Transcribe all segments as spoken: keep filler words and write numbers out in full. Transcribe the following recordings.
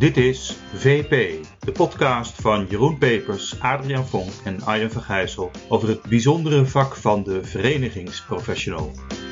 Dit is V P, de podcast van Jeroen Pepers, Adriaan Vonk en Arjen van Gijssel over het bijzondere vak van de verenigingsprofessional.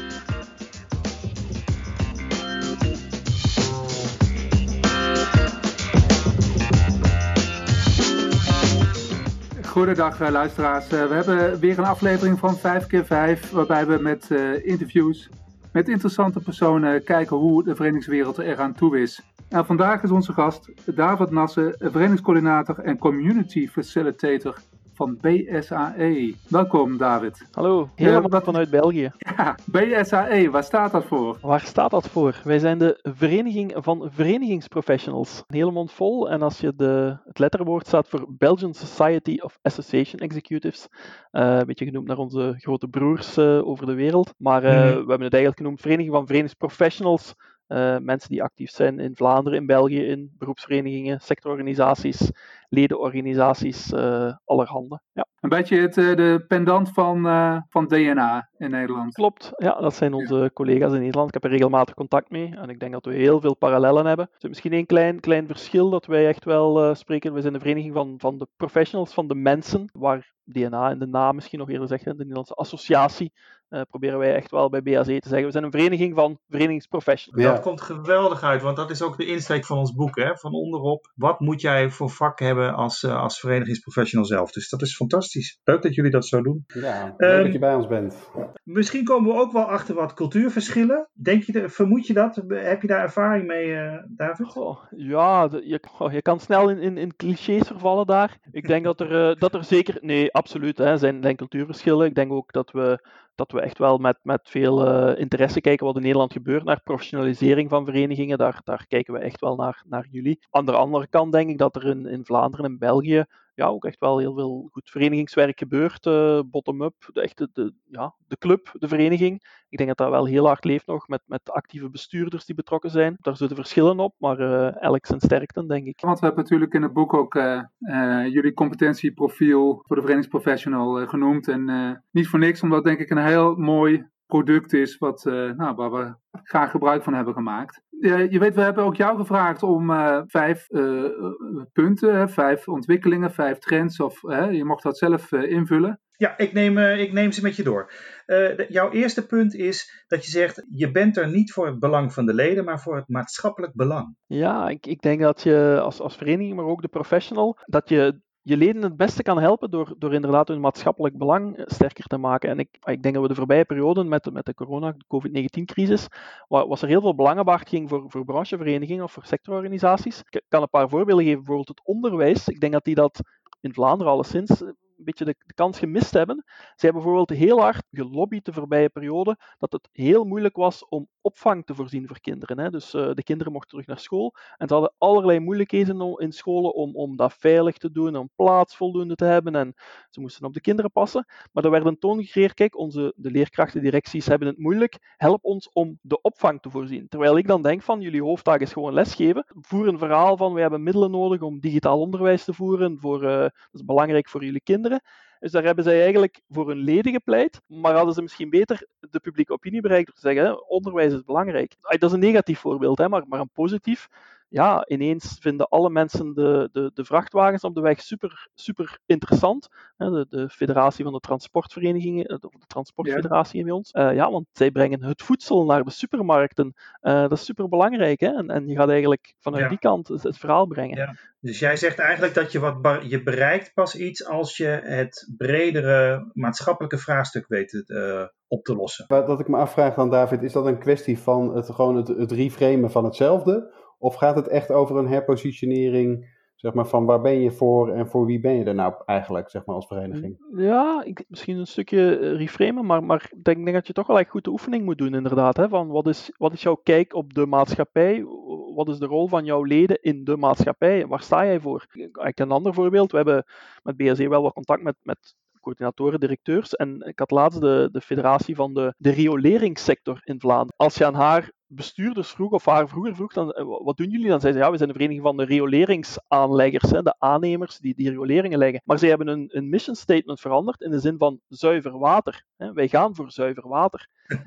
Goedendag luisteraars. We hebben weer een aflevering van vijf keer vijf waarbij we met uh, interviews met interessante personen kijken hoe de verenigingswereld er aan toe is. En vandaag is onze gast David Nassen, verenigingscoördinator en community facilitator van B S A E. Welkom David. Hallo, helemaal uh, wat... vanuit België. Ja, B S A E, waar staat dat voor? Waar staat dat voor? Wij zijn de vereniging van verenigingsprofessionals. Een hele mond vol en als je de, het letterwoord staat voor Belgian Society of Association Executives. Uh, een beetje genoemd naar onze grote broers uh, over de wereld. Maar uh, mm. we hebben het eigenlijk genoemd Vereniging van Verenigingsprofessionals. Uh, mensen die actief zijn in Vlaanderen, in België, in beroepsverenigingen, sectororganisaties, ledenorganisaties, uh, allerhande. Ja. Een beetje het, uh, de pendant van, uh, van D N A in Nederland. Klopt, ja, dat zijn onze ja. collega's in Nederland. Ik heb er regelmatig contact mee en ik denk dat we heel veel parallellen hebben. Er is misschien één klein, klein verschil dat wij echt wel uh, spreken. We zijn de vereniging van, van de professionals, van de mensen, waar D N A in de naam misschien nog eerder zegt, de Nederlandse associatie. Uh, proberen wij echt wel bij B A C te zeggen. We zijn een vereniging van verenigingsprofessionals. Ja. Dat komt geweldig uit, want dat is ook de insteek van ons boek. Hè? Van onderop, wat moet jij voor vak hebben als, uh, als verenigingsprofessional zelf? Dus dat is fantastisch. Leuk dat jullie dat zo doen. Ja, leuk um, dat je bij ons bent. Misschien komen we ook wel achter wat cultuurverschillen. Denk je, vermoed je dat? Heb je daar ervaring mee, uh, David? Goh, ja, de, je, oh, je kan snel in, in, in clichés vervallen daar. Ik denk dat er, uh, dat er zeker... Nee, absoluut. Er zijn, zijn cultuurverschillen. Ik denk ook dat we... dat we echt wel met, met veel uh, interesse kijken wat in Nederland gebeurt naar professionalisering van verenigingen. Daar, daar kijken we echt wel naar, naar jullie. Aan de andere kant denk ik dat er in, in Vlaanderen en België ja, ook echt wel heel veel goed verenigingswerk gebeurt. Uh, bottom-up, de, echte, de, ja, de club, de vereniging. Ik denk dat dat wel heel hard leeft nog met, met actieve bestuurders die betrokken zijn. Daar zitten verschillen op, maar uh, elk zijn sterkten, denk ik. Want we hebben natuurlijk in het boek ook uh, uh, jullie competentieprofiel voor de verenigingsprofessional uh, genoemd. En uh, niet voor niks, omdat denk ik een heel mooi product is wat, uh, nou, waar we graag gebruik van hebben gemaakt. Uh, je weet, we hebben ook jou gevraagd om uh, vijf uh, punten, vijf ontwikkelingen, vijf trends. Of uh, je mocht dat zelf uh, invullen. Ja, ik neem, uh, ik neem ze met je door. Uh, de, jouw eerste punt is dat je zegt, je bent er niet voor het belang van de leden, maar voor het maatschappelijk belang. Ja, ik, ik denk dat je als, als vereniging, maar ook de professional, dat je je leden het beste kan helpen door, door inderdaad hun maatschappelijk belang sterker te maken. En ik, ik denk dat we de voorbije periode met, met de corona, de covid negentien crisis, was er heel veel belangenbaard ging voor, voor brancheverenigingen of voor sectororganisaties. Ik kan een paar voorbeelden geven, bijvoorbeeld het onderwijs. Ik denk dat die dat in Vlaanderen alleszins een beetje de, de kans gemist hebben. Zij hebben bijvoorbeeld heel hard gelobbyd de voorbije periode dat het heel moeilijk was om opvang te voorzien voor kinderen. Hè. Dus uh, de kinderen mochten terug naar school en ze hadden allerlei moeilijkheden in scholen om, om dat veilig te doen, om plaats voldoende te hebben en ze moesten op de kinderen passen. Maar er werd een toon gecreëerd, kijk, onze, de leerkrachten, directies hebben het moeilijk, help ons om de opvang te voorzien. Terwijl ik dan denk van, jullie hoofdtaak is gewoon lesgeven. Voer een verhaal van, wij hebben middelen nodig om digitaal onderwijs te voeren, voor, uh, dat is belangrijk voor jullie kinderen. Dus daar hebben zij eigenlijk voor hun leden gepleit, maar hadden ze misschien beter de publieke opinie bereikt door te zeggen, hè, onderwijs is belangrijk. Dat is een negatief voorbeeld, hè, maar, maar een positief. Ja, ineens vinden alle mensen de, de, de vrachtwagens op de weg super, super interessant. De, de federatie van de transportverenigingen, de transportfederatie ja. bij ons. Uh, ja, want zij brengen het voedsel naar de supermarkten. Uh, dat is super belangrijk. Hè? En, en je gaat eigenlijk vanuit ja. die kant het, het verhaal brengen. Ja. Dus jij zegt eigenlijk dat je, wat bar- je bereikt pas iets als je het bredere maatschappelijke vraagstuk weet uh, op te lossen. Wat ik me afvraag dan, David, is dat een kwestie van het, gewoon het, het reframen van hetzelfde? Of gaat het echt over een herpositionering, zeg maar, van waar ben je voor en voor wie ben je er nou eigenlijk, zeg maar, als vereniging? Ja, ik, misschien een stukje reframen, maar, maar ik denk, denk dat je toch wel echt goed de oefening moet doen, inderdaad. Hè, van wat is, wat is jouw kijk op de maatschappij? Wat is de rol van jouw leden in de maatschappij? Waar sta jij voor? Ik een ander voorbeeld. We hebben met B S E wel wat contact met... met coördinatoren, directeurs. En ik had laatst de, de federatie van de, de rioleringssector in Vlaanderen. Als je aan haar bestuurders vroeg, of haar vroeger vroeg, dan, wat doen jullie? Dan zeiden ze, ja, we zijn de vereniging van de rioleringsaanleggers, hè, de aannemers die die rioleringen leggen. Maar ze hebben een, een mission statement veranderd in de zin van zuiver water. Hè. Wij gaan voor zuiver water.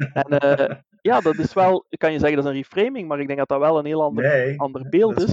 En uh, ja, dat is wel, kan je zeggen, dat is een reframing, maar ik denk dat dat wel een heel ander, nee, ander beeld dat is. is. Meer.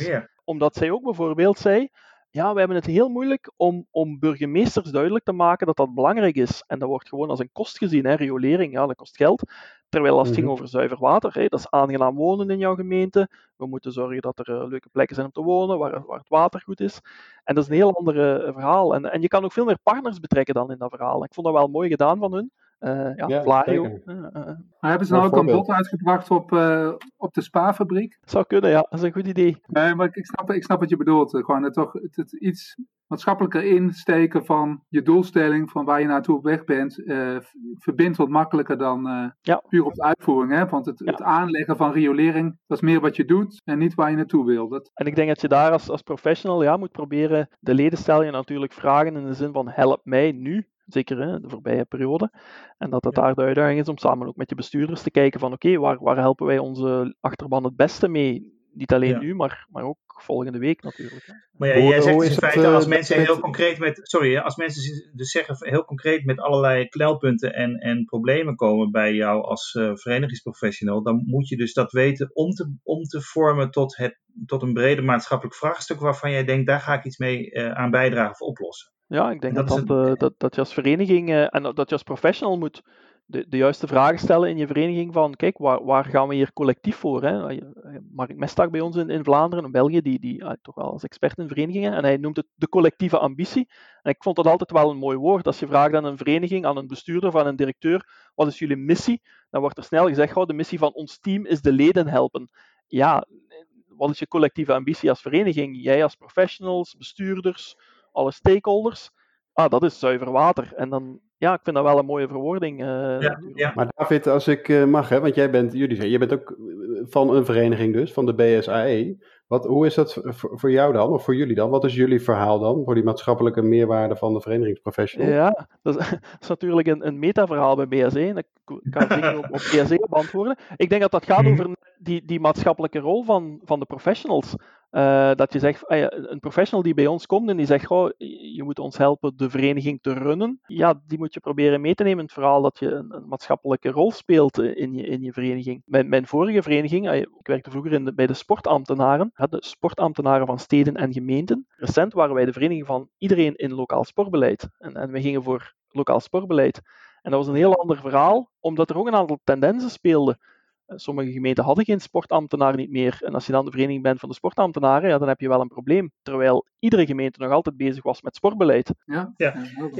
omdat zij ook bijvoorbeeld zei, ja, we hebben het heel moeilijk om, om burgemeesters duidelijk te maken dat dat belangrijk is. En dat wordt gewoon als een kost gezien, hè, riolering, ja, dat kost geld. Terwijl als het ging over zuiver water, hè, dat is aangenaam wonen in jouw gemeente. We moeten zorgen dat er uh, leuke plekken zijn om te wonen, waar, waar het water goed is. En dat is een heel ander uh, verhaal. En, en je kan ook veel meer partners betrekken dan in dat verhaal. Ik vond dat wel mooi gedaan van hun. Uh, ja, Ja, Vlario. zeker. Uh, uh, Maar hebben ze nou ook een bod uitgebracht op, uh, op de Spa-fabriek? Zou kunnen, ja. Dat is een goed idee. Nee, maar ik, ik, snap, ik snap wat je bedoelt. Gewoon het, toch, het, het iets maatschappelijker insteken van je doelstelling, van waar je naartoe op weg bent, uh, verbindt wat makkelijker dan uh, ja. puur op de uitvoering. Hè? Want het, ja. het aanleggen van riolering, dat is meer wat je doet en niet waar je naartoe wil. Dat... En ik denk dat je daar als, als professional ja, moet proberen, de leden stel je natuurlijk vragen in de zin van help mij nu. Zeker hè, de voorbije periode. En dat het ja. daar de uitdaging is om samen ook met je bestuurders te kijken van oké, okay, waar, waar helpen wij onze achterban het beste mee? Niet alleen ja. nu, maar, maar ook volgende week natuurlijk. Hè. Maar ja, jij zegt dus in feite, als mensen heel concreet met, sorry, als mensen dus zeggen heel concreet met allerlei knelpunten en, en problemen komen bij jou als uh, verenigingsprofessional, dan moet je dus dat weten om te, om te vormen tot, het, tot een breder maatschappelijk vraagstuk waarvan jij denkt, daar ga ik iets mee uh, aan bijdragen of oplossen. Ja, ik denk dat, dat, dat, een... uh, dat, dat je als vereniging uh, en dat je als professional moet de, de juiste vragen stellen in je vereniging van, kijk, waar, waar gaan we hier collectief voor? Hè? Mark Mestak bij ons in, in Vlaanderen, in België, die, die uh, toch wel als expert in verenigingen, en hij noemt het de collectieve ambitie. En ik vond dat altijd wel een mooi woord. Als je vraagt aan een vereniging, aan een bestuurder of aan een directeur, wat is jullie missie? Dan wordt er snel gezegd, oh, de missie van ons team is de leden helpen. Ja, wat is je collectieve ambitie als vereniging? Jij als professionals, bestuurders, alle stakeholders, ah, dat is zuiver water. En dan, ja, ik vind dat wel een mooie verwoording. Uh, ja, ja. Maar David, als ik uh, mag, hè, want jij bent, jullie zeggen, jij bent ook van een vereniging dus, van de B S A E. Wat, hoe is dat voor, voor jou dan, of voor jullie dan? Wat is jullie verhaal dan, voor die maatschappelijke meerwaarde van de verenigingsprofessional? Ja, dat is, dat is natuurlijk een, een metaverhaal bij B S E, en ik kan zeker op, op B S E op antwoorden. Ik denk dat dat gaat over die, die maatschappelijke rol van, van de professionals. Uh, dat je zegt, uh, een professional die bij ons komt en die zegt, goh, je moet ons helpen de vereniging te runnen. Ja, die moet je proberen mee te nemen in het verhaal dat je een, een maatschappelijke rol speelt in je, in je vereniging. Mijn, mijn vorige vereniging, uh, ik werkte vroeger in de, bij de sportambtenaren, uh, de sportambtenaren van steden en gemeenten. Recent waren wij de vereniging van iedereen in lokaal sportbeleid. En, en we gingen voor lokaal sportbeleid. En dat was een heel ander verhaal, omdat er ook een aantal tendensen speelden. Sommige gemeenten hadden geen sportambtenaar niet meer. En als je dan de vereniging bent van de sportambtenaren, ja, dan heb je wel een probleem. Terwijl iedere gemeente nog altijd bezig was met sportbeleid. Ja. Ja.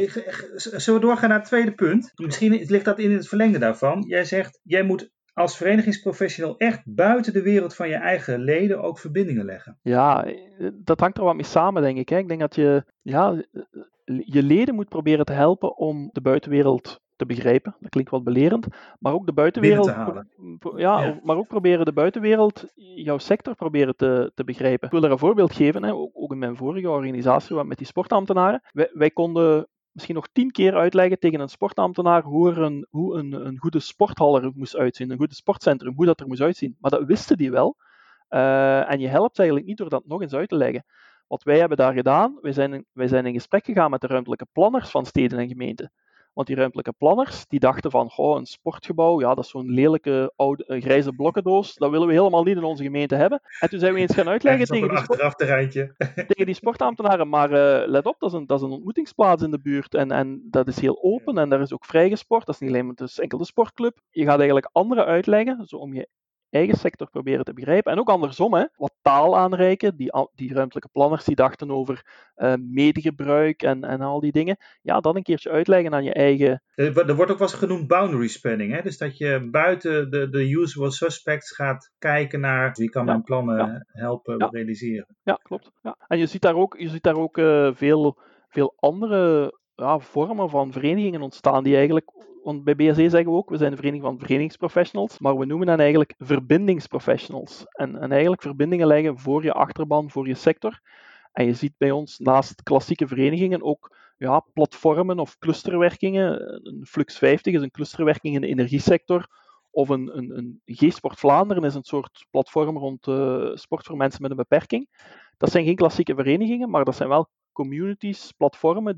Zullen we doorgaan naar het tweede punt? Misschien ligt dat in het verlengde daarvan. Jij zegt, jij moet als verenigingsprofessional echt buiten de wereld van je eigen leden ook verbindingen leggen. Ja, dat hangt er wat mee samen, denk ik. Hè. Ik denk dat je ja, je leden moet proberen te helpen om de buitenwereld te begrijpen. Dat klinkt wat belerend, maar ook de buitenwereld, ja, ja, maar ook proberen de buitenwereld, jouw sector proberen te, te begrijpen. Ik wil daar een voorbeeld geven, hè, ook, ook in mijn vorige organisatie met die sportambtenaren. Wij, wij konden misschien nog tien keer uitleggen tegen een sportambtenaar hoe, er een, hoe een, een goede sporthal er moest uitzien, een goede sportcentrum, hoe dat er moest uitzien. Maar dat wisten die wel. Uh, en je helpt eigenlijk niet door dat nog eens uit te leggen. Wat wij hebben daar gedaan, wij zijn, wij zijn in gesprek gegaan met de ruimtelijke planners van steden en gemeenten. Want die ruimtelijke planners, die dachten van, goh, een sportgebouw, ja, dat is zo'n lelijke oude, uh, grijze blokkendoos, dat willen we helemaal niet in onze gemeente hebben. En toen zijn we eens gaan uitleggen tegen die, sport... tegen die sportambtenaren, maar uh, let op, dat is, een, dat is een ontmoetingsplaats in de buurt en, en dat is heel open en daar is ook vrijgesport, dat is niet alleen maar dus enkel de sportclub. Je gaat eigenlijk anderen uitleggen, zo om je eigen sector proberen te begrijpen. En ook andersom, hè, wat taal aanreiken. Die, die ruimtelijke planners die dachten over uh, medegebruik en, en al die dingen. Ja, dat een keertje uitleggen aan je eigen... Er wordt ook wel eens genoemd boundary spanning. Hè? Dus dat je buiten de, de usual suspects gaat kijken naar wie kan mijn ja, plannen ja. helpen ja. realiseren. Ja, klopt. Ja. En je ziet daar ook, je ziet daar ook uh, veel, veel andere ja, vormen van verenigingen ontstaan die eigenlijk... Want bij B S E zeggen we ook, we zijn de vereniging van verenigingsprofessionals, maar we noemen hen eigenlijk verbindingsprofessionals. En, en eigenlijk verbindingen leggen voor je achterban, voor je sector. En je ziet bij ons naast klassieke verenigingen ook ja, platformen of clusterwerkingen. Een Flux vijftig is een clusterwerking in de energiesector. Of een, een, een G-Sport Vlaanderen is een soort platform rond uh, sport voor mensen met een beperking. Dat zijn geen klassieke verenigingen, maar dat zijn wel communities, platformen die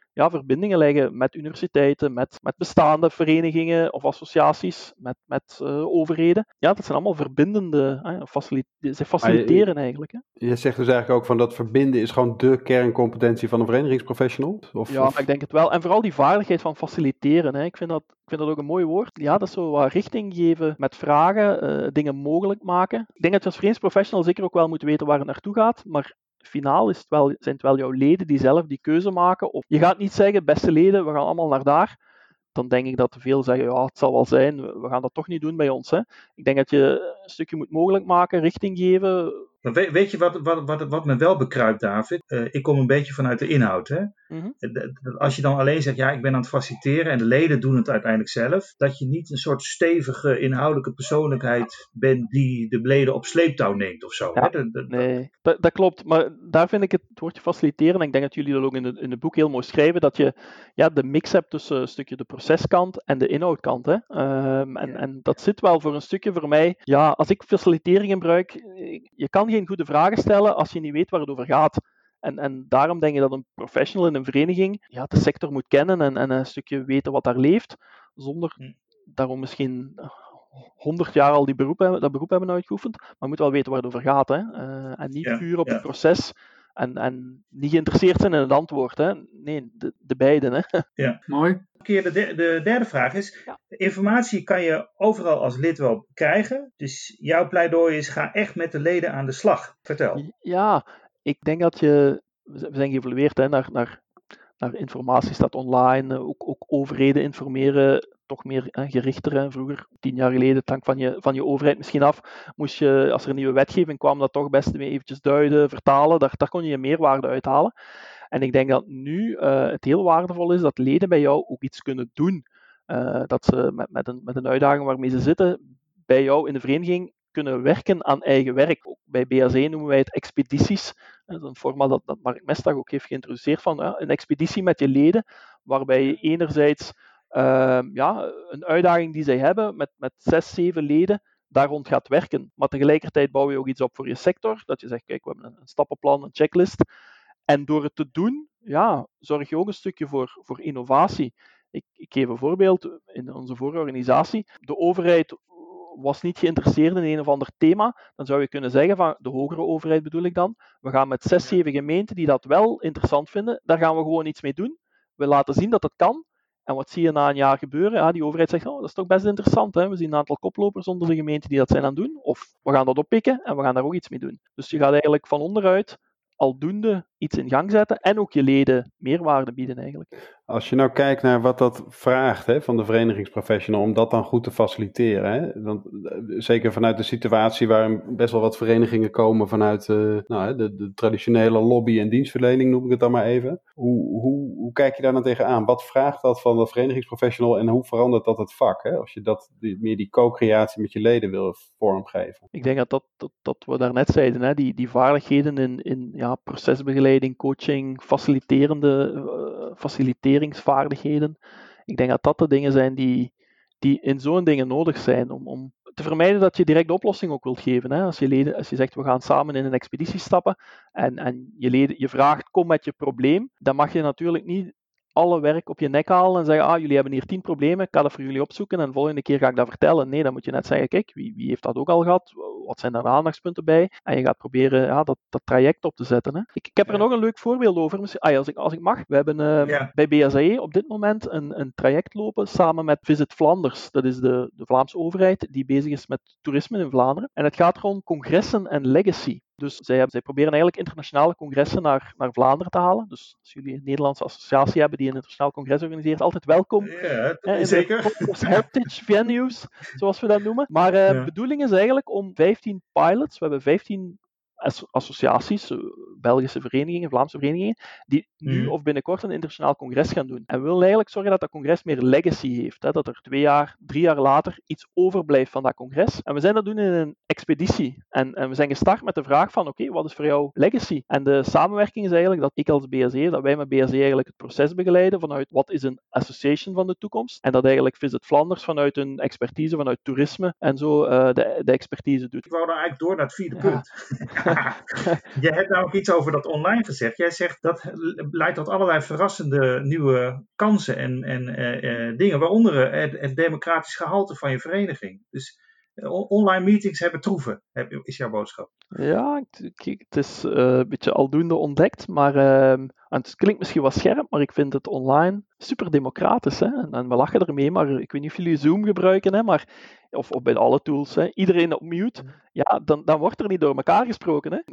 ja, verbindingen leggen met universiteiten, met, met bestaande verenigingen of associaties, met, met uh, overheden. Ja, dat zijn allemaal verbindende, uh, facili- ze faciliteren je, eigenlijk. Hè. Je zegt dus eigenlijk ook van dat verbinden is gewoon de kerncompetentie van een verenigingsprofessional? Of, ja, of... ik denk het wel. En vooral die vaardigheid van faciliteren. Hè. Ik vind dat, ik vind dat ook een mooi woord. Ja, dat is zo wat richting geven met vragen, uh, dingen mogelijk maken. Ik denk dat je als verenigingsprofessional zeker ook wel moet weten waar het naartoe gaat, maar finaal is het wel, zijn het wel jouw leden die zelf die keuze maken. Of je gaat niet zeggen, beste leden, we gaan allemaal naar daar. Dan denk ik dat veel zeggen, ja, het zal wel zijn, we gaan dat toch niet doen bij ons. Hè. Ik denk dat je een stukje moet mogelijk maken, richting geven. Maar weet, weet je wat, wat, wat, wat me wel bekruipt, David? Uh, ik kom een beetje vanuit de inhoud. Hè? Mm-hmm. Als je dan alleen zegt, ja, ik ben aan het faciliteren en de leden doen het uiteindelijk zelf, dat je niet een soort stevige inhoudelijke persoonlijkheid bent die de leden op sleeptouw neemt of zo. Ja, hè? Dat, dat, nee, dat, dat klopt. Maar daar vind ik het, het woordje faciliteren, en ik denk dat jullie dat ook in het in de boek heel mooi schrijven, dat je ja, de mix hebt tussen een stukje de proceskant en de inhoudkant. Hè? Um, en, en dat zit wel voor een stukje voor mij. Ja, als ik facilitering gebruik, je kan geen goede vragen stellen als je niet weet waar het over gaat. En, en daarom denk ik dat een professional in een vereniging ja, de sector moet kennen en, en een stukje weten wat daar leeft, zonder hm. daarom misschien honderd jaar al die beroep hebben, dat beroep hebben uitgeoefend, maar je moet wel weten waar het over gaat. Hè? Uh, en niet ja, puur op ja. het proces en, en niet geïnteresseerd zijn in het antwoord. Hè? Nee, de, de beide. Hè? Ja. Mooi. De, de, de derde vraag is, ja. informatie kan je overal als lid wel krijgen, dus jouw pleidooi is, ga echt met de leden aan de slag. Vertel. Ja, ik denk dat je, we zijn geëvolueerd hè, naar, naar, naar informatie staat online, ook, ook overheden informeren, toch meer hè, gerichter. Hè. Vroeger, tien jaar geleden, het hangt van je, van je overheid misschien af, moest je, als er een nieuwe wetgeving kwam, dat toch best eventjes duiden, vertalen, daar, daar kon je je meerwaarde uithalen. En ik denk dat nu uh, het heel waardevol is dat leden bij jou ook iets kunnen doen. Uh, dat ze met, met, een, met een uitdaging waarmee ze zitten, bij jou in de vereniging kunnen werken aan eigen werk. Ook bij B A C noemen wij het expedities. Dat is een format dat, dat Mark Mestdag ook heeft geïntroduceerd van ja, een expeditie met je leden, waarbij je enerzijds uh, ja, een uitdaging die zij hebben met, met zes, zeven leden, daar rond gaat werken. Maar tegelijkertijd bouw je ook iets op voor je sector, dat je zegt, kijk, we hebben een, een stappenplan, een checklist. En door het te doen, ja, zorg je ook een stukje voor, voor innovatie. Ik, ik geef een voorbeeld in onze vorige organisatie. De overheid was niet geïnteresseerd in een of ander thema. Dan zou je kunnen zeggen, van de hogere overheid bedoel ik dan, we gaan met zes, zeven gemeenten die dat wel interessant vinden, daar gaan we gewoon iets mee doen. We laten zien dat het kan. En wat zie je na een jaar gebeuren? Ja, die overheid zegt, oh, dat is toch best interessant. Hè? We zien een aantal koplopers onder de gemeenten die dat zijn aan het doen. Of we gaan dat oppikken en we gaan daar ook iets mee doen. Dus je gaat eigenlijk van onderuit aldoende iets in gang zetten en ook je leden meerwaarde bieden eigenlijk. Als je nou kijkt naar wat dat vraagt hè, van de verenigingsprofessional om dat dan goed te faciliteren. Hè, want, zeker vanuit de situatie waar best wel wat verenigingen komen vanuit uh, nou, de, de traditionele lobby- en dienstverlening, noem ik het dan maar even. Hoe, hoe, hoe kijk je daar dan tegenaan? Wat vraagt dat van de verenigingsprofessional en hoe verandert dat het vak? Hè, als je dat, die, meer die co-creatie met je leden wil vormgeven. Ik denk dat, dat, dat, dat we daarnet zeiden, hè, die, die vaardigheden in, in ja, procesbegeleiding, coaching, faciliterende uh, faciliteringsvaardigheden. Ik denk dat dat de dingen zijn die, die in zo'n dingen nodig zijn om, om te vermijden dat je direct de oplossing ook wilt geven. Hè. Als, je leden, als je zegt, we gaan samen in een expeditie stappen en, en je, leden, je vraagt, kom met je probleem, dan mag je natuurlijk niet alle werk op je nek halen en zeggen, ah, jullie hebben hier tien problemen, ik ga dat voor jullie opzoeken en de volgende keer ga ik dat vertellen. Nee, dan moet je net zeggen, kijk, wie, wie heeft dat ook al gehad? Wat zijn daar de aandachtspunten bij? En je gaat proberen ja, dat, dat traject op te zetten. Hè. Ik, ik heb er ja. nog een leuk voorbeeld over, ah, als, ik, als ik mag. We hebben uh, ja. bij B A C E op dit moment een, een traject lopen samen met Visit Flanders. Dat is de, de Vlaamse overheid die bezig is met toerisme in Vlaanderen. En het gaat rond congressen en legacy. Dus zij, hebben, zij proberen eigenlijk internationale congressen naar, naar Vlaanderen te halen. Dus als jullie een Nederlandse associatie hebben die een internationaal congres organiseert, altijd welkom. Ja, hè, in zeker. De heritage venues, zoals we dat noemen. Maar de uh, ja. bedoeling is eigenlijk om vijftien pilots, we hebben vijftien associaties, Belgische verenigingen, Vlaamse verenigingen, die nu mm. of binnenkort een internationaal congres gaan doen. En we willen eigenlijk zorgen dat dat congres meer legacy heeft. Hè? Dat er twee jaar, drie jaar later iets overblijft van dat congres. En we zijn dat doen in een expeditie. En, en we zijn gestart met de vraag van, oké, okay, wat is voor jou legacy? En de samenwerking is eigenlijk dat ik als B A C E, dat wij met B A C E eigenlijk het proces begeleiden vanuit wat is een association van de toekomst. En dat eigenlijk Visit Flanders vanuit hun expertise, vanuit toerisme en zo uh, de, de expertise doet. Ik wou dan eigenlijk door naar het vierde ja. punt. Je hebt nou ook iets over dat online gezegd. Jij zegt dat leidt tot allerlei verrassende nieuwe kansen en, en uh, uh, dingen, waaronder het, het democratisch gehalte van je vereniging. Dus uh, online meetings hebben troeven, is jouw boodschap. Ja, kijk, het is uh, een beetje aldoende ontdekt, maar uh, en het klinkt misschien wat scherp, maar ik vind het online super democratisch. Hè? En, en we lachen ermee, maar ik weet niet of jullie Zoom gebruiken, hè? Maar, of, of bij alle tools, hè? Iedereen op mute, ja, dan, dan wordt er niet door elkaar gesproken. Hè?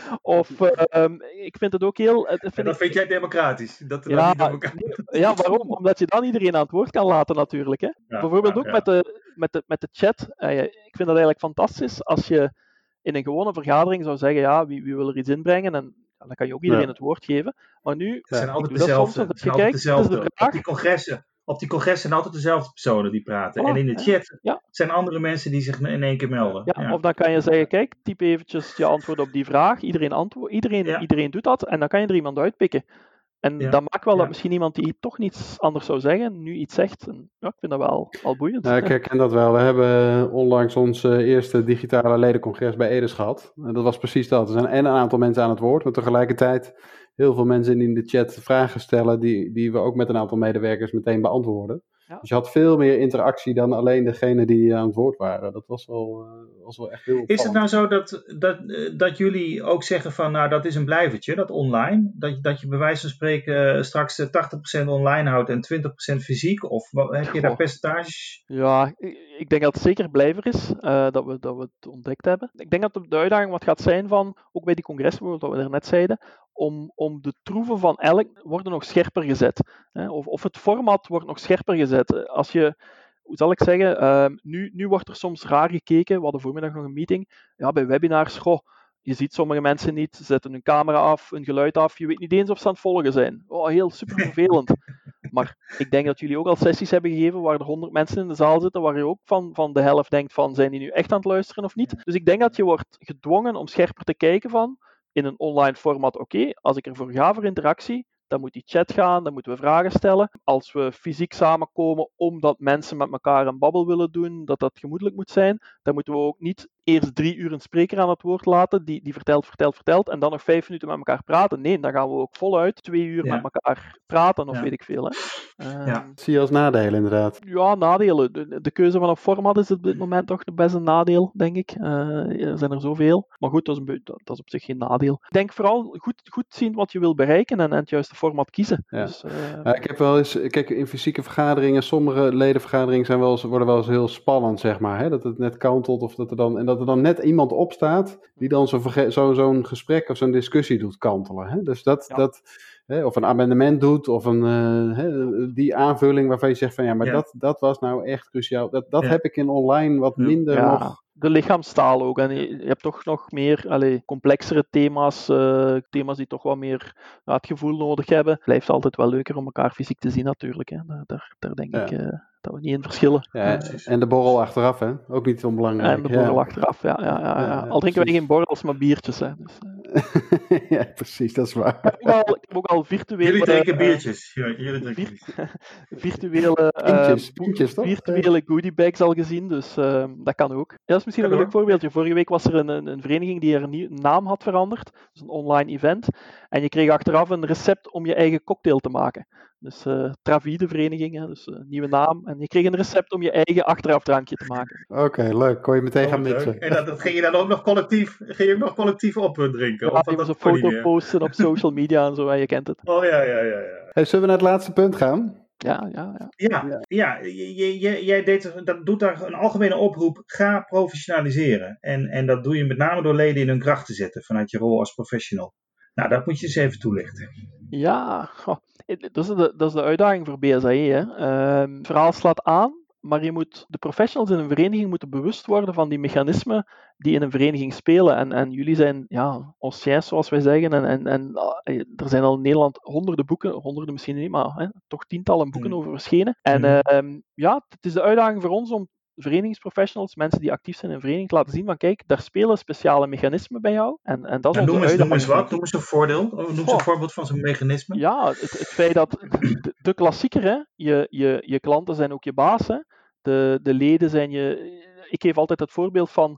of uh, um, ik vind het ook heel... Het, vind en dat ik, vind jij democratisch? Dat er ja, dan niet door elkaar... ja, waarom? Omdat je dan iedereen aan het woord kan laten natuurlijk. Hè? Ja, Bijvoorbeeld ja, ook ja. Met, de, met, de, met de chat. Uh, ik vind dat eigenlijk fantastisch als je in een gewone vergadering zou zeggen, ja, wie, wie wil er iets inbrengen? En dan kan je ook iedereen ja. het woord geven. Maar nu, het zijn altijd dezelfde. Het zijn altijd dezelfde. De op, die congressen, op die congressen zijn altijd dezelfde personen die praten. Voilà, en in de chat ja. zijn andere mensen die zich in één keer melden. Ja, ja. Of dan kan je zeggen, kijk, typ eventjes je antwoord op die vraag. Iedereen, antwo- iedereen, ja. iedereen doet dat. En dan kan je er iemand uitpikken. En ja. dat maakt wel ja. dat misschien iemand die toch niets anders zou zeggen, nu iets zegt. En, ja, ik vind dat wel, wel boeiend. Ja, ik herken dat wel. We hebben onlangs ons uh, eerste digitale ledencongres bij Edes gehad. En dat was precies dat. Er zijn en een aantal mensen aan het woord, maar tegelijkertijd heel veel mensen in de chat vragen stellen die, die we ook met een aantal medewerkers meteen beantwoorden. Ja. Dus je had veel meer interactie dan alleen degene die aan het woord waren. Dat was wel, uh, was wel echt heel opvallend. Is het nou zo dat, dat, dat jullie ook zeggen van, nou dat is een blijvertje, dat online? Dat, dat je bij wijze van spreken straks tachtig procent online houdt en twintig procent fysiek? Of heb je daar percentages? Ja, ik denk dat het zeker blijver is, uh, dat, we, dat we het ontdekt hebben. Ik denk dat de uitdaging wat gaat zijn van, ook bij die congressen bijvoorbeeld, wat we er net zeiden, om, om de troeven van elk worden nog scherper gezet. Hè? Of, of het format wordt nog scherper gezet. Als je, hoe zal ik zeggen, uh, nu, nu wordt er soms raar gekeken, we hadden voormiddag nog een meeting, ja, bij webinars, goh, je ziet sommige mensen niet, ze zetten hun camera af, hun geluid af, je weet niet eens of ze aan het volgen zijn. Oh, heel super vervelend. Maar ik denk dat jullie ook al sessies hebben gegeven waar er honderd mensen in de zaal zitten, waar je ook van, van de helft denkt van, zijn die nu echt aan het luisteren of niet? Dus ik denk dat je wordt gedwongen om scherper te kijken van, in een online format, oké, okay, als ik ervoor ga voor interactie, dan moet die chat gaan, dan moeten we vragen stellen. Als we fysiek samenkomen omdat mensen met elkaar een babbel willen doen, dat dat gemoedelijk moet zijn, dan moeten we ook niet eerst drie uur een spreker aan het woord laten, die, die vertelt, vertelt, vertelt, en dan nog vijf minuten met elkaar praten. Nee, dan gaan we ook voluit twee uur ja. met elkaar praten, of ja. weet ik veel. Hè. Uh, ja. Zie je als nadeel inderdaad? Ja, nadelen. De, de keuze van een format is op dit moment toch best een nadeel, denk ik. Uh, er zijn er zoveel. Maar goed, dat is, een, dat is op zich geen nadeel. Ik denk vooral goed, goed zien wat je wil bereiken en, en het juiste format kiezen. Ja. Dus, uh, ja, ik heb wel eens, kijk, in fysieke vergaderingen, sommige ledenvergaderingen zijn wel eens, worden wel eens heel spannend, zeg maar. Hè? Dat het net kantelt of dat er dan, en dat er dan net iemand opstaat die dan zo, zo, zo'n gesprek of zo'n discussie doet kantelen. Hè? Dus dat, ja. dat hè, of een amendement doet of een, uh, hè, die aanvulling waarvan je zegt van ja, maar ja. Dat, dat was nou echt cruciaal. Dat, dat ja. heb ik in online wat minder ja. nog. De lichaamstaal ook. En je, je hebt toch nog meer allee, complexere thema's, uh, thema's die toch wat meer uh, het gevoel nodig hebben. Het blijft altijd wel leuker om elkaar fysiek te zien natuurlijk. Hè. Daar, daar, daar denk ja. ik uh, dat we niet in verschillen. Ja, en de borrel achteraf, hè? Ook niet onbelangrijk. En de borrel ja. achteraf, ja. ja, ja, ja. Al drinken wij geen borrels, maar biertjes. Hè. Dus, uh... ja, precies, dat is waar. Ik heb ook al, ik heb ook al virtuele... Jullie drinken uh, biertjes. Ja, jullie drinken biertjes. virtuele, uh, pintjes, pintjes, toch? virtuele goodiebags al gezien, dus uh, dat kan ook. Ja, dat is misschien nog een leuk voorbeeldje. Vorige week was er een, een, een vereniging die er een, nieuw, een naam had veranderd. Dus een online event. En je kreeg achteraf een recept om je eigen cocktail te maken. Dus uh, Travide vereniging, hè, dus een uh, nieuwe naam. En je kreeg een recept om je eigen achterafdrankje te maken. Oké, okay, leuk. Kon je meteen oh, gaan mixen. En dat, dat ging je dan ook nog collectief, ging je nog collectief op drinken? Ja, je moest een foto posten op social media en zo, en je kent het. Oh ja, ja, ja. ja. Hey, zullen we naar het laatste punt gaan? Ja, ja, ja. Ja, ja je, je, jij deed, dat doet daar een algemene oproep. Ga professionaliseren. En, en dat doe je met name door leden in hun kracht te zetten vanuit je rol als professional. Nou, dat moet je eens even toelichten. Ja, oh, dat, is de, dat is de uitdaging voor B S A E. Hè. Uh, het verhaal slaat aan, maar je moet, de professionals in een vereniging moeten bewust worden van die mechanismen die in een vereniging spelen. En, en jullie zijn ja, anciens, zoals wij zeggen. En, en, en uh, er zijn al in Nederland honderden boeken, honderden misschien niet, maar hè, toch tientallen boeken mm. over verschenen. En uh, ja, het is de uitdaging voor ons om verenigingsprofessionals, mensen die actief zijn in een vereniging, te laten zien van kijk, daar spelen speciale mechanismen bij jou. En, en dat is en onze noem eens, uitdaging. Noem eens wat, noem eens een voordeel. Noem eens oh. een voorbeeld van zo'n mechanisme. Ja, het, het feit dat de, de klassieker, hè, je, je, je klanten zijn ook je baas. Hè. De, de leden zijn je... Ik geef altijd het voorbeeld van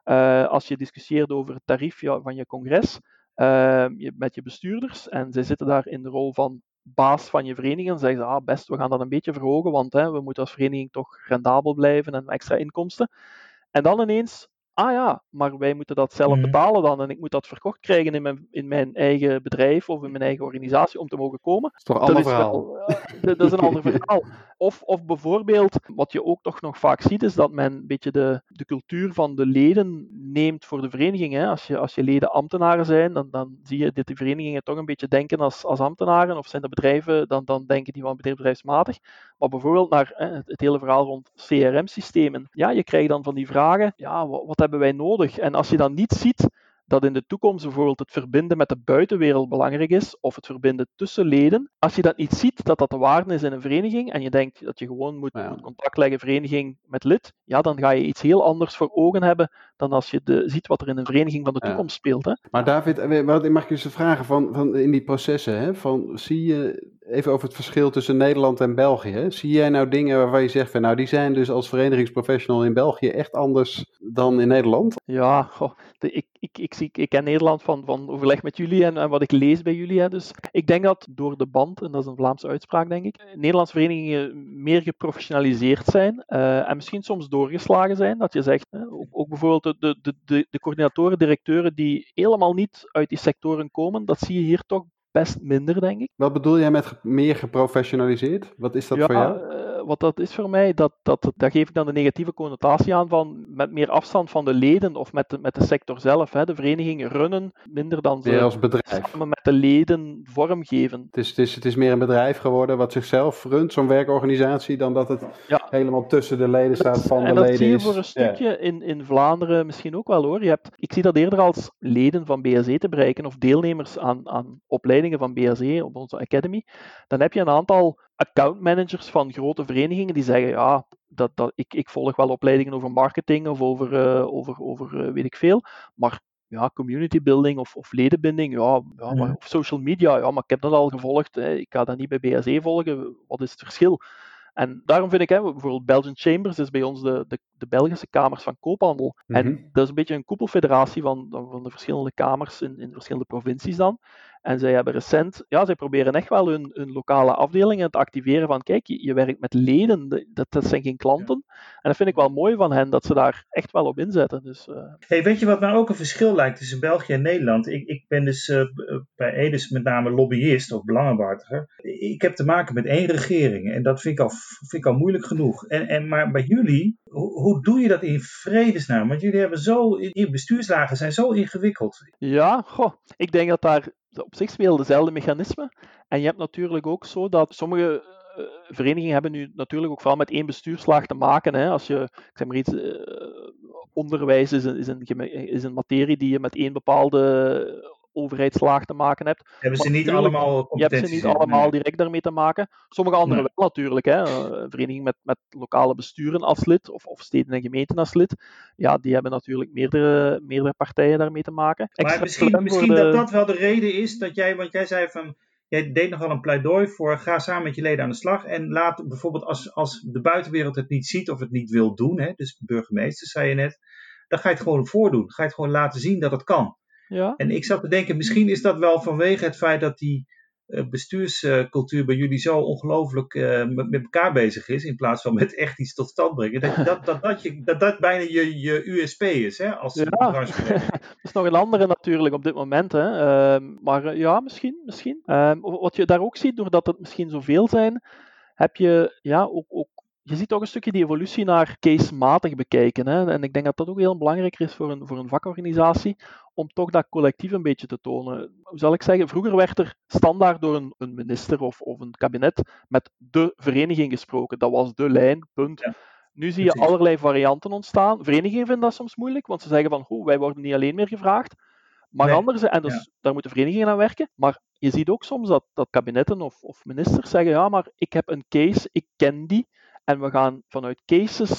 Uh, als je discussieert over het tarief van je congres uh, je, met je bestuurders en zij zitten daar in de rol van baas van je vereniging en zeggen ze, ah best, we gaan dat een beetje verhogen, want hè, we moeten als vereniging toch rendabel blijven en extra inkomsten. En dan ineens, ah ja, maar wij moeten dat zelf betalen dan en ik moet dat verkocht krijgen in mijn, in mijn eigen bedrijf of in mijn eigen organisatie om te mogen komen. Dat is toch een ander verhaal? Wel, uh, dat is een ander verhaal. Of, of bijvoorbeeld, wat je ook toch nog vaak ziet, is dat men een beetje de, de cultuur van de leden neemt voor de vereniging. Hè. Als, je, als je leden ambtenaren zijn, dan, dan zie je dat die verenigingen toch een beetje denken als, als ambtenaren, of zijn de bedrijven, dan, dan denken die wel bedrijfsmatig. Maar bijvoorbeeld naar hè, het, het hele verhaal rond C R M-systemen. Ja, je krijgt dan van die vragen, ja, wat, wat hebben wij nodig? En als je dan niet ziet dat in de toekomst bijvoorbeeld het verbinden met de buitenwereld belangrijk is, of het verbinden tussen leden. Als je dat niet ziet, dat dat de waarde is in een vereniging, en je denkt dat je gewoon moet, ja. moet contact leggen, vereniging met lid, ja, dan ga je iets heel anders voor ogen hebben dan als je de, ziet wat er in een vereniging van de toekomst ja. speelt. Hè. Maar David, mag ik je eens vragen, van, van in die processen, hè, van, zie je even over het verschil tussen Nederland en België, hè? Zie jij nou dingen waarvan je zegt, van, nou die zijn dus als verenigingsprofessional in België echt anders dan in Nederland? Ja, goh, de, ik, ik, ik, zie, ik ken Nederland van, van overleg met jullie en, en wat ik lees bij jullie. Hè. Dus ik denk dat door de band, en dat is een Vlaamse uitspraak denk ik, Nederlandse verenigingen meer geprofessionaliseerd zijn uh, en misschien soms doorgeslagen zijn. Dat je zegt, hè, ook, ook bijvoorbeeld de, de, de, de coördinatoren, directeuren die helemaal niet uit die sectoren komen, dat zie je hier toch best minder, denk ik. Wat bedoel jij met ge- meer geprofessionaliseerd? Wat is dat ja, voor jou? Uh, wat dat is voor mij, dat, dat, daar geef ik dan de negatieve connotatie aan van met meer afstand van de leden of met de, met de sector zelf. Hè. De verenigingen runnen minder dan ze meer als bedrijf. samen met de leden vormgeven. Het is, het, is, het is meer een bedrijf geworden wat zichzelf runt, zo'n werkorganisatie, dan dat het ja. helemaal tussen de leden staat van en de leden. En dat zie je is. voor een stukje ja. in, in Vlaanderen misschien ook wel hoor. Je hebt, ik zie dat eerder als leden van B S E te bereiken of deelnemers aan, aan opleidingen van B S E op onze Academy. Dan heb je een aantal accountmanagers van grote verenigingen die zeggen, ja, dat, dat, ik, ik volg wel opleidingen over marketing of over, uh, over, over uh, weet ik veel, maar ja, community building of, of ledenbinding, ja, ja maar, of social media, ja, maar ik heb dat al gevolgd, hè, ik ga dat niet bij B S E volgen, wat is het verschil? En daarom vind ik, hè, bijvoorbeeld Belgian Chambers is bij ons de, de, de Belgische kamers van koophandel. Mm-hmm. En dat is een beetje een koepelfederatie van, van de verschillende kamers in, in verschillende provincies dan. En zij hebben recent, ja, zij proberen echt wel hun, hun lokale afdelingen te activeren van, kijk, je, je werkt met leden, dat, dat zijn geen klanten. En dat vind ik wel mooi van hen, dat ze daar echt wel op inzetten. Dus, uh... hey, weet je wat nou ook een verschil lijkt tussen België en Nederland? Ik, ik ben dus uh, bij Edes met name lobbyist of belangenbehartiger. Ik heb te maken met één regering en dat vind ik al, vind ik al moeilijk genoeg. En, en, maar bij jullie, hoe, hoe doe je dat in vredesnaam? Want jullie hebben zo, je bestuurslagen zijn zo ingewikkeld. Ja, goh, ik denk dat daar op zich spelen dezelfde mechanismen. En je hebt natuurlijk ook zo dat sommige uh, verenigingen hebben nu natuurlijk ook vooral met één bestuurslaag te maken. Hè. Als je, ik zeg maar iets, uh, onderwijs is een, is, een, is een materie die je met één bepaalde overheidslaag te maken hebt. Hebben ze niet allemaal Je hebt ze niet allemaal nee. direct daarmee te maken. Sommige andere nee. wel natuurlijk. Hè. Een vereniging met, met lokale besturen als lid of, of steden en gemeenten als lid. Ja, die hebben natuurlijk meerdere, meerdere partijen daarmee te maken. Maar Extra misschien, misschien de... dat dat wel de reden is dat jij, want jij zei van, jij deed nogal een pleidooi voor, ga samen met je leden aan de slag en laat bijvoorbeeld als, als de buitenwereld het niet ziet of het niet wil doen, hè, dus burgemeester zei je net, dan ga je het gewoon voordoen. Ga je het gewoon laten zien dat het kan. Ja. En ik zat te denken, misschien is dat wel vanwege het feit dat die uh, bestuurscultuur uh, bij jullie zo ongelooflijk uh, met, met elkaar bezig is, in plaats van met echt iets tot stand brengen, dat dat, dat, dat, je, dat, dat bijna je, je U S P is, hè, als ja. Dat is nog een andere natuurlijk op dit moment, hè. Uh, maar uh, ja, misschien, misschien. Uh, wat je daar ook ziet, doordat het misschien zoveel zijn, heb je ja, ook, ook je ziet toch een stukje die evolutie naar case-matig bekijken. Hè? En ik denk dat dat ook heel belangrijk is voor een, voor een vakorganisatie, om toch dat collectief een beetje te tonen. Hoe zal ik zeggen, vroeger werd er standaard door een, een minister of, of een kabinet met de vereniging gesproken. Dat was de lijn, punt. Ja. Nu zie je Precies. allerlei varianten ontstaan. Verenigingen vinden dat soms moeilijk, want ze zeggen van, oh, wij worden niet alleen meer gevraagd. Maar nee. anderen, en dus ja. daar moeten verenigingen aan werken. Maar je ziet ook soms dat, dat kabinetten of, of ministers zeggen, ja, maar ik heb een case, ik ken die. En we gaan vanuit cases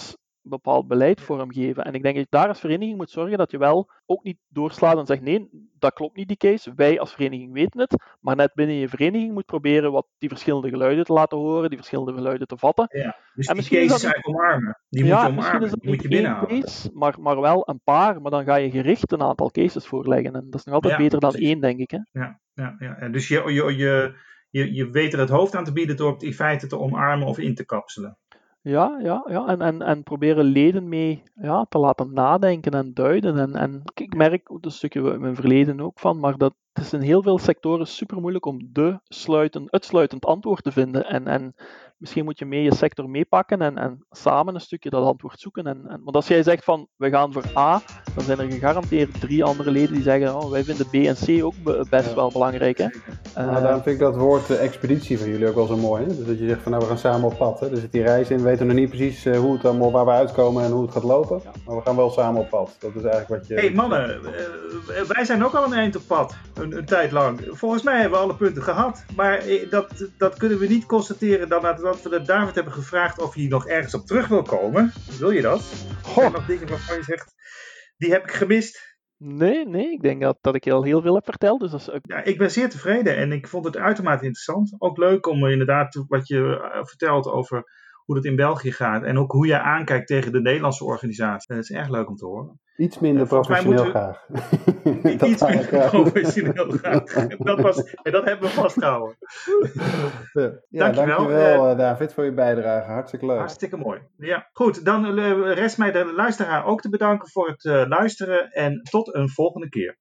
bepaald beleid vormgeven. En ik denk dat je daar als vereniging moet zorgen dat je wel ook niet doorslaat en zegt nee, dat klopt niet die case, wij als vereniging weten het, maar net binnen je vereniging moet proberen wat die verschillende geluiden te laten horen, die verschillende geluiden te vatten. Ja, dus en die cases dat... eigenlijk omarmen. Die ja, moet je misschien is omarmen, dat die moet je niet één binnenhalen. case, maar, maar wel een paar, maar dan ga je gericht een aantal cases voorleggen. En dat is nog altijd Ja, beter dan precies. één, denk ik. Hè? Ja, ja, ja. En dus je, je, je, je, je weet er het hoofd aan te bieden door het in feite te omarmen of in te kapselen. Ja, ja, ja. En, en, en proberen leden mee ja, te laten nadenken en duiden. En, en ik merk, dat is een stukje in mijn verleden ook van, maar dat het is in heel veel sectoren super moeilijk om de sluitend, het sluitend antwoord te vinden. En, en misschien moet je mee je sector meepakken en, en samen een stukje dat antwoord zoeken. En, en, want als jij zegt van, we gaan voor A, dan zijn er gegarandeerd drie andere leden die zeggen, oh, wij vinden B en C ook be- best Ja. wel belangrijk. Hè? Maar Uh, daarom vind ik dat woord uh, expeditie van jullie ook wel zo mooi. Hè? Dus dat je zegt van nou we gaan samen op pad. Hè? Er zit die reis in, we weten nog niet precies uh, hoe het allemaal, waar we uitkomen en hoe het gaat lopen. Ja. Maar we gaan wel samen op pad. Dat is eigenlijk wat je... Hé hey, mannen, uh, wij zijn ook al een eind op pad. Een, een tijd lang. Volgens mij hebben we alle punten gehad. Maar dat, dat kunnen we niet constateren dan nadat we David hebben gevraagd of hij nog ergens op terug wil komen. Wil je dat? Goh. Zijn er nog dingen waarvan je zegt, die heb ik gemist? Nee, nee, ik denk dat, dat ik al heel veel heb verteld. Dus dat is... ja, ik ben zeer tevreden en ik vond het uitermate interessant. Ook leuk om inderdaad wat je uh, vertelt over hoe het in België gaat. En ook hoe jij aankijkt tegen de Nederlandse organisatie. Dat is erg leuk om te horen. Iets minder uh, professioneel we... graag. Iets minder graag. professioneel graag. Dat, was, dat hebben we vastgehouden. Ja, ja, dankjewel uh, David voor je bijdrage. Hartstikke leuk. Hartstikke mooi. Ja, goed, dan uh, rest mij de luisteraar ook te bedanken voor het uh, luisteren. En tot een volgende keer.